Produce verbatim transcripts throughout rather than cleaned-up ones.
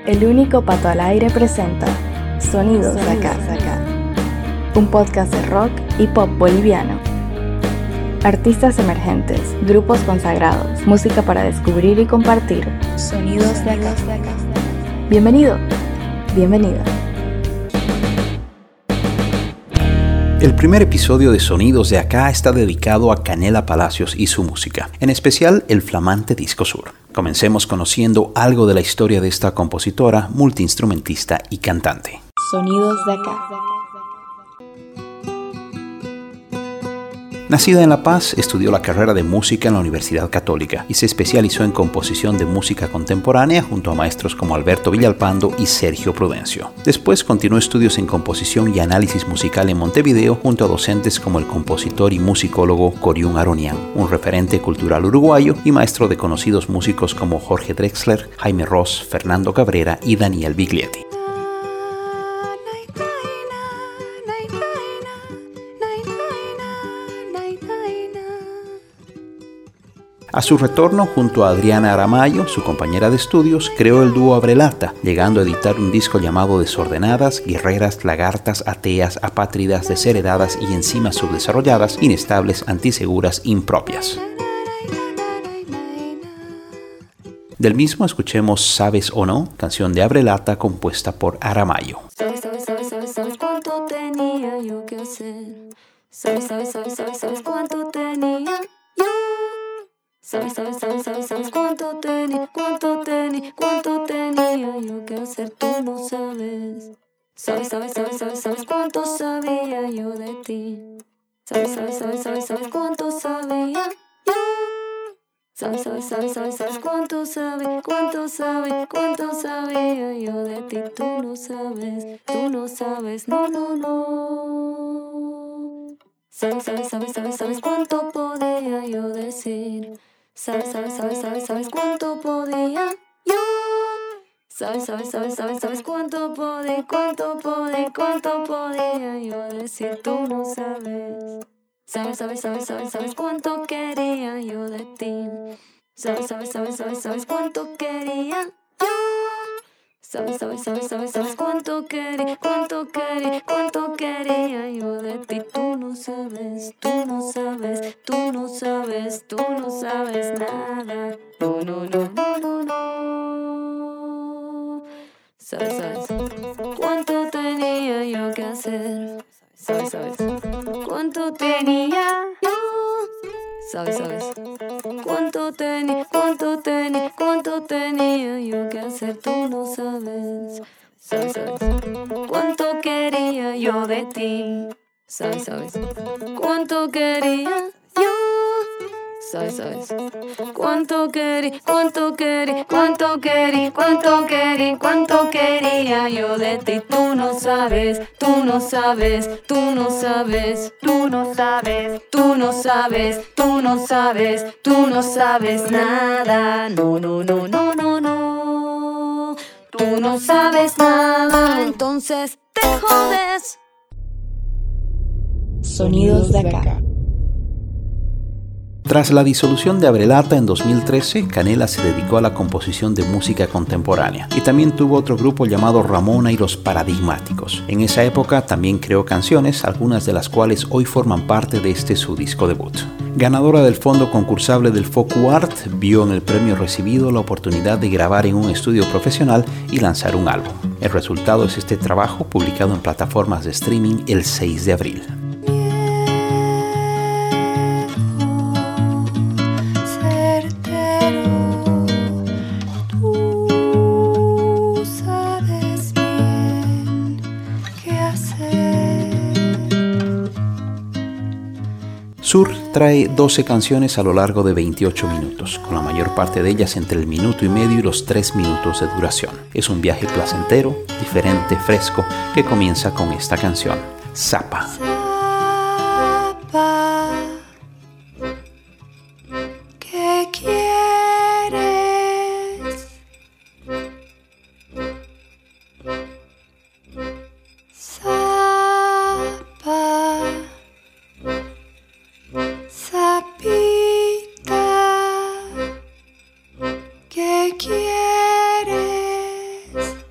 El único pato al aire presenta Sonidos de Acá, un podcast de rock y pop boliviano. Artistas emergentes, grupos consagrados, música para descubrir y compartir. Sonidos de Acá. Bienvenido, bienvenida. El primer episodio de Sonidos de Acá está dedicado a Canela Palacios y su música, en especial el flamante Disco Sur. Comencemos conociendo algo de la historia de esta compositora, multiinstrumentista y cantante. Sonidos de Acá. Nacida en La Paz, estudió la carrera de música en la Universidad Católica y se especializó en composición de música contemporánea junto a maestros como Alberto Villalpando y Sergio Prudencio. Después continuó estudios en composición y análisis musical en Montevideo junto a docentes como el compositor y musicólogo Coriún Aronian, un referente cultural uruguayo y maestro de conocidos músicos como Jorge Drexler, Jaime Ross, Fernando Cabrera y Daniel Biglietti. A su retorno, junto a Adriana Aramayo, su compañera de estudios, creó el dúo Abrelata, llegando a editar un disco llamado Desordenadas, Guerreras, Lagartas, Ateas, Apátridas, Desheredadas y Enzimas Subdesarrolladas, Inestables, Antiseguras, Impropias. Del mismo escuchemos Sabes o No, canción de Abrelata compuesta por Aramayo. Sabes, sabes, sabes, sabes, sabes cuánto tenía yo que hacer. Sabes, sabes, sabes, sabes, sabes cuánto tenía yo. Sabes, sabes, sabes, sabes, sabes cuánto tenía, cuánto tenía, cuánto tenía yo que hacer, tú no sabes. Sabes, sabes, sabes, sabes, sabes cuánto sabía yo de ti. Sabes, sabes, sabes, sabes, sabes cuánto sabía yo. Sabes, sabes, sabes, sabes, sabes cuánto sabe, cuánto sabe, cuánto sabía yo de ti, tú no sabes, tú no sabes, no, no, no. Sabes, sabes, sabes, sabes, sabes cuánto podía yo decir. Sabes, sabes, sabes, sabes, sabes cuánto podía yo. Sabes, sabes, sabes, sabes, sabes cuánto podía, cuánto podía, cuánto podía yo decir, tú no sabes. Sabes, sabes, sabes, sabes, sabes cuánto quería yo de ti. Sabes, sabes, sabes, sabes, sabes cuánto quería yo. Sabes, sabes, sabes, sabes, sabes cuánto quería, cuánto quería, cuánto quería yo de ti. Tú no sabes, tú no sabes, tú no sabes, tú no sabes nada. No, no, no, no, no, no. Sabes, sabes, cuánto tenía yo que hacer. Sabes, sabes, cuánto tenía yo. Sabes, sabes, cuánto tenía, cuánto tenía, cuánto tenía yo que hacer, tú no sabes. Sabes, sabes, cuánto quería yo de ti. Sabes, sabes, cuánto quería yo. Sabes, sabes, cuánto quería, cuánto quería, cuánto quería, cuánto quería, cuánto quería yo de ti. Tú no sabes, tú no sabes, tú no sabes, tú no sabes, tú no sabes, tú no sabes, tú no sabes nada. No, no, no, no, no, no. Tú no sabes nada, entonces te jodes. Sonidos de Acá. Tras la disolución de Abrelata en dos mil trece, Canela se dedicó a la composición de música contemporánea y también tuvo otro grupo llamado Ramona y los Paradigmáticos. En esa época también creó canciones, algunas de las cuales hoy forman parte de este su disco debut. Ganadora del fondo concursable del FOCUART, vio en el premio recibido la oportunidad de grabar en un estudio profesional y lanzar un álbum. El resultado es este trabajo publicado en plataformas de streaming el seis de abril. Sur trae doce canciones a lo largo de veintiocho minutos, con la mayor parte de ellas entre el minuto y medio y los tres minutos de duración. Es un viaje placentero, diferente, fresco, que comienza con esta canción, Zapa. Zapa, ¿qué quieres? Zapa, zapita, ¿qué quieres?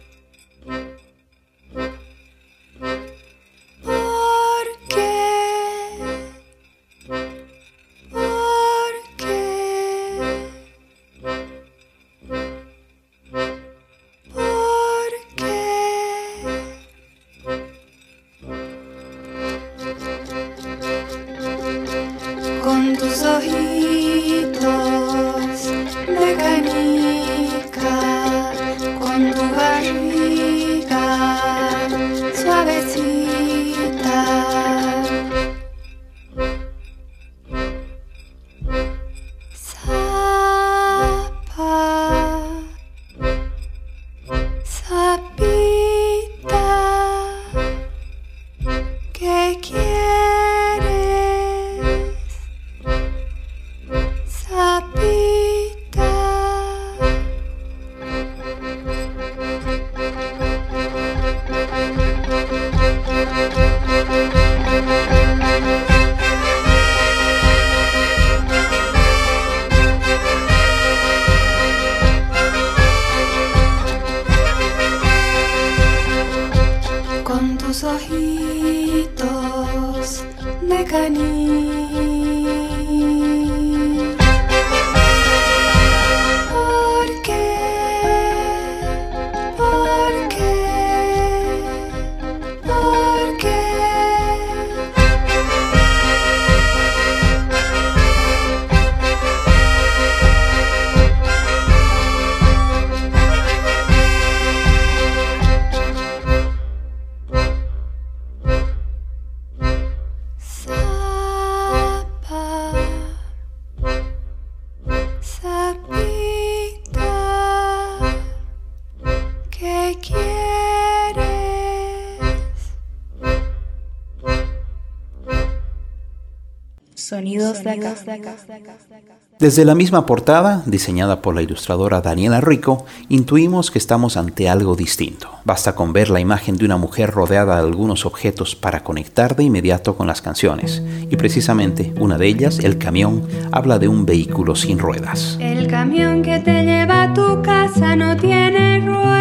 Sonidos de acá. Desde la misma portada, diseñada por la ilustradora Daniela Rico, intuimos que estamos ante algo distinto. Basta con ver la imagen de una mujer rodeada de algunos objetos para conectar de inmediato con las canciones. Y precisamente una de ellas, el camión, habla de un vehículo sin ruedas. El camión que te lleva a tu casa no tiene ruedas.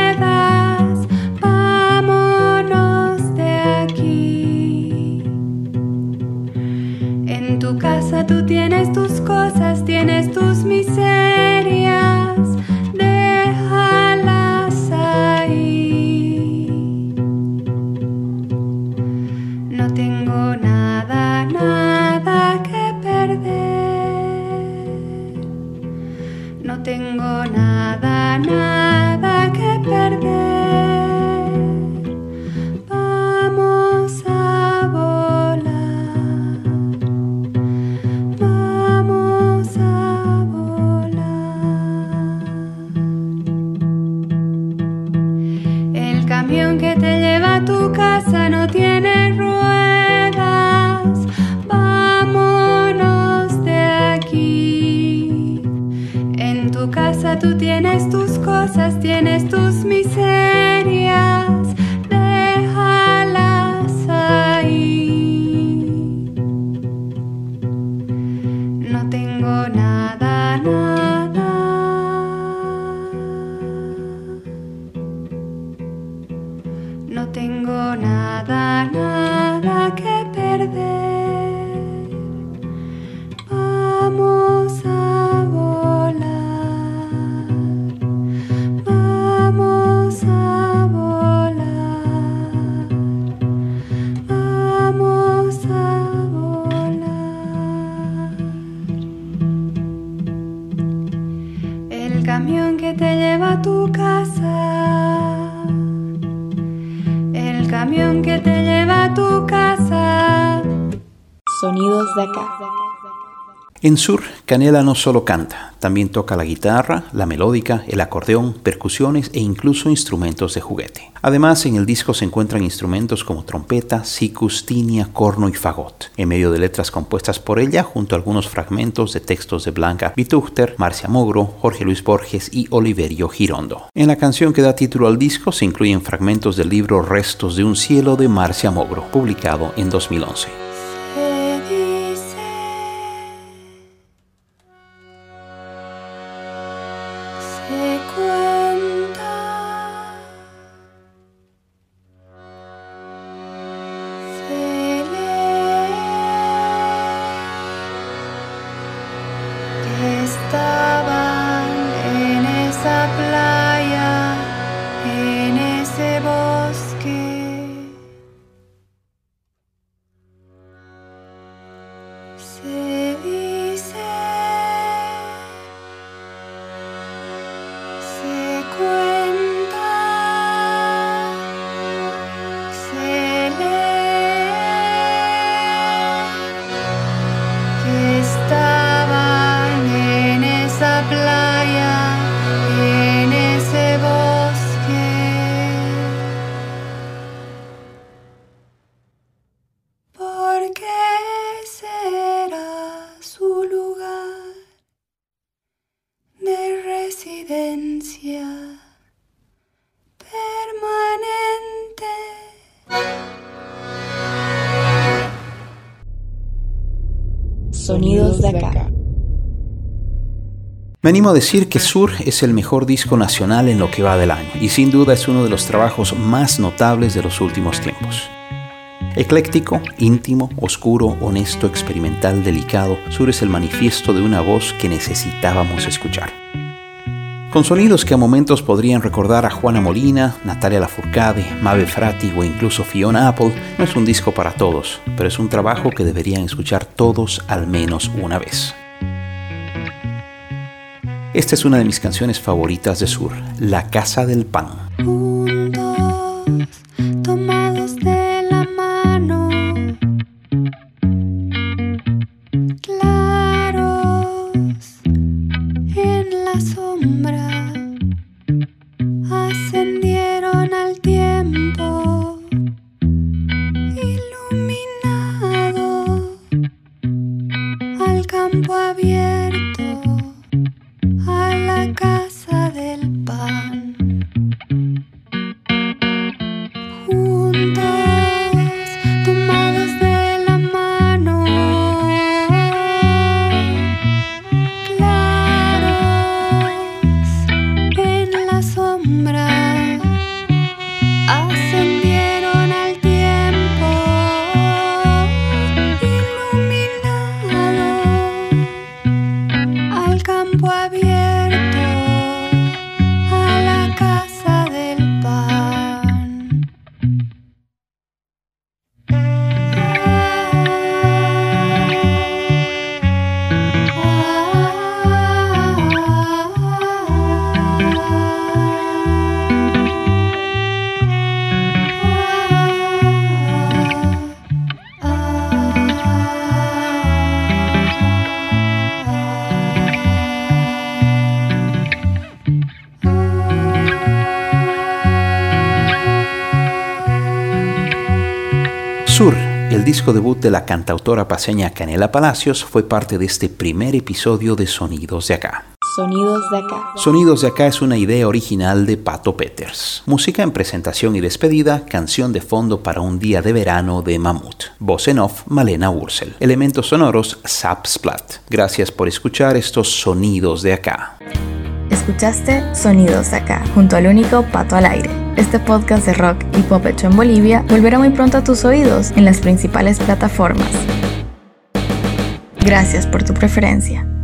Vámonos de aquí. En tu casa tú tienes tus cosas, tienes tus miserias. Déjalas ahí. No tengo nada, nada que perder. No tengo nada, nada que perder. Vamos a volar. Vamos a volar. El camión que te lleva a tu casa no tiene ruedas. Vámonos de aquí. En tu casa tú tienes tus cosas, tienes tus miserias. Déjalas ahí. No tengo nada, nada. No tengo nada, nada que perder. Vamos a volar. Vamos a volar. Vamos a volar. El camión que te lleva a tu casa. El camión que te lleva a tu casa. Sonidos de acá. En Sur, Canela no solo canta, también toca la guitarra, la melódica, el acordeón, percusiones e incluso instrumentos de juguete. Además, en el disco se encuentran instrumentos como trompeta, sikus, tinia, corno y fagot, en medio de letras compuestas por ella, junto a algunos fragmentos de textos de Blanca Vitúchter, Marcia Mogro, Jorge Luis Borges y Oliverio Girondo. En la canción que da título al disco se incluyen fragmentos del libro Restos de un cielo de Marcia Mogro, publicado en dos mil once. Se cuenta, se lee que estaban en esa playa, en ese bosque. Se dice, se cuenta, se lee que estaban en esa playa, en ese bosque. Porque ese era su lugar de residencia permanente. Sonidos de acá. Me animo a decir que Sur es el mejor disco nacional en lo que va del año y sin duda es uno de los trabajos más notables de los últimos tiempos. Ecléctico, íntimo, oscuro, honesto, experimental, delicado, Sur es el manifiesto de una voz que necesitábamos escuchar. Con sonidos que a momentos podrían recordar a Juana Molina, Natalia Lafourcade, Mabe Frati o incluso Fiona Apple, no es un disco para todos, pero es un trabajo que deberían escuchar todos al menos una vez. Esta es una de mis canciones favoritas de Sur, La Casa del Pan. Juntos, tomados de la mano, claros en la sombra, ascendieron al tiempo, iluminado al campo abierto, a la casa del pan. Juntos, tomados de la mano, claros en la sombra, ascendieron al tiempo, iluminado al campo abierto, a la casa del pan. Sur, el disco debut de la cantautora paceña Canela Palacios, fue parte de este primer episodio de Sonidos de Acá. Sonidos de Acá. Sonidos de Acá es una idea original de Pato Peters. Música en presentación y despedida, canción de fondo para un día de verano de Mamut. Voz en off, Malena Ursel. Elementos sonoros, Zap Splat. Gracias por escuchar estos Sonidos de Acá. Escuchaste Sonidos de Acá, junto al único Pato al Aire. Este podcast de rock y pop hecho en Bolivia volverá muy pronto a tus oídos en las principales plataformas. Gracias por tu preferencia.